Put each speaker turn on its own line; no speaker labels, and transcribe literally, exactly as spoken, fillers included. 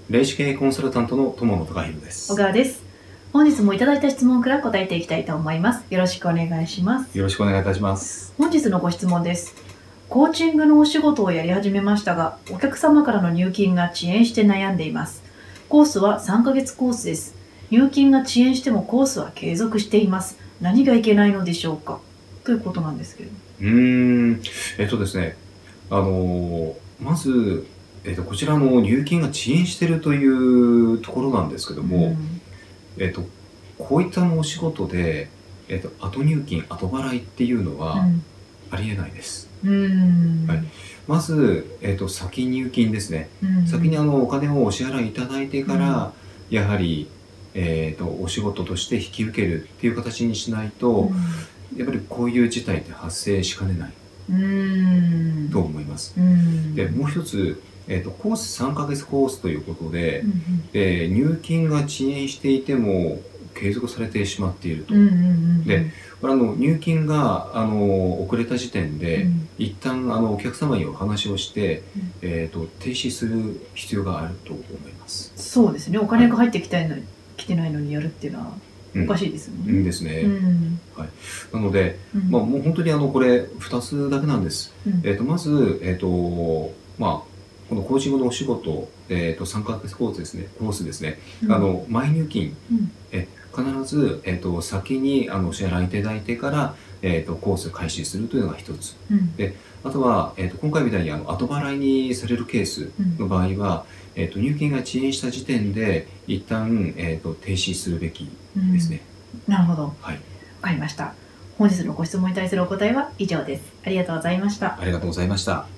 霊視系コンサルタントの友野孝弘です。
小川です。本日もいただいた質問から答えていきたいと思います。よろしくお願いします。
よろしくお願いいたします。
本日のご質問です。コーチングのお仕事をやり始めましたが、お客様からの入金が遅延して悩んでいます。コースはさんかげつコースです。入金が遅延してもコースは継続しています。何がいけないのでしょうか、ということなんですけど。
うーん、えっとですね、あのまず、えっと、こちらの入金が遅延しているというところなんですけども、うん、えっと、こういったお仕事で、えっと、後入金、後払いっていうのはありえないです。
うん、
はい、まず、えっと、先入金ですね。うん、先にあのお金をお支払いいただいてから、うん、やはり、えっと、お仕事として引き受けるっていう形にしないと、うん、やっぱりこういう事態って発生しかねないと思います。で、もう一つ、えーと、コースさんかげつコースということで、うんうん、で入金が遅延していても継続されてしまっていると。で、これあの入金があの遅れた時点で、うん、一旦あのお客様にお話をして、うん、えーと、停止する必要があると思います。
そうですね。お金が入ってきたいのに、はい、来てないのにやるっていうのはおかしいですよね。
うんですね。うん、はい。なので、うん、まあもう本当にあのこれふたつだけなんです。うん、えっとまずえっとまあこのコーチングのお仕事、えっとさんかげつコースですね。コースですね。うん、あの前入金、うん、え必ずえっと先にあのお支払いいただいてからえっとコース開始するというのが一つ。うん、で、あとはえっと今回みたいにあの後払いにされるケースの場合は。うんえー、と入金が遅延した時点で一旦、えー、と停止するべきですね。
うん、なるほど。
はい。わ
かりました。本日のご質問に対するお答えは以上です。ありがとうございました。
ありがとうございました。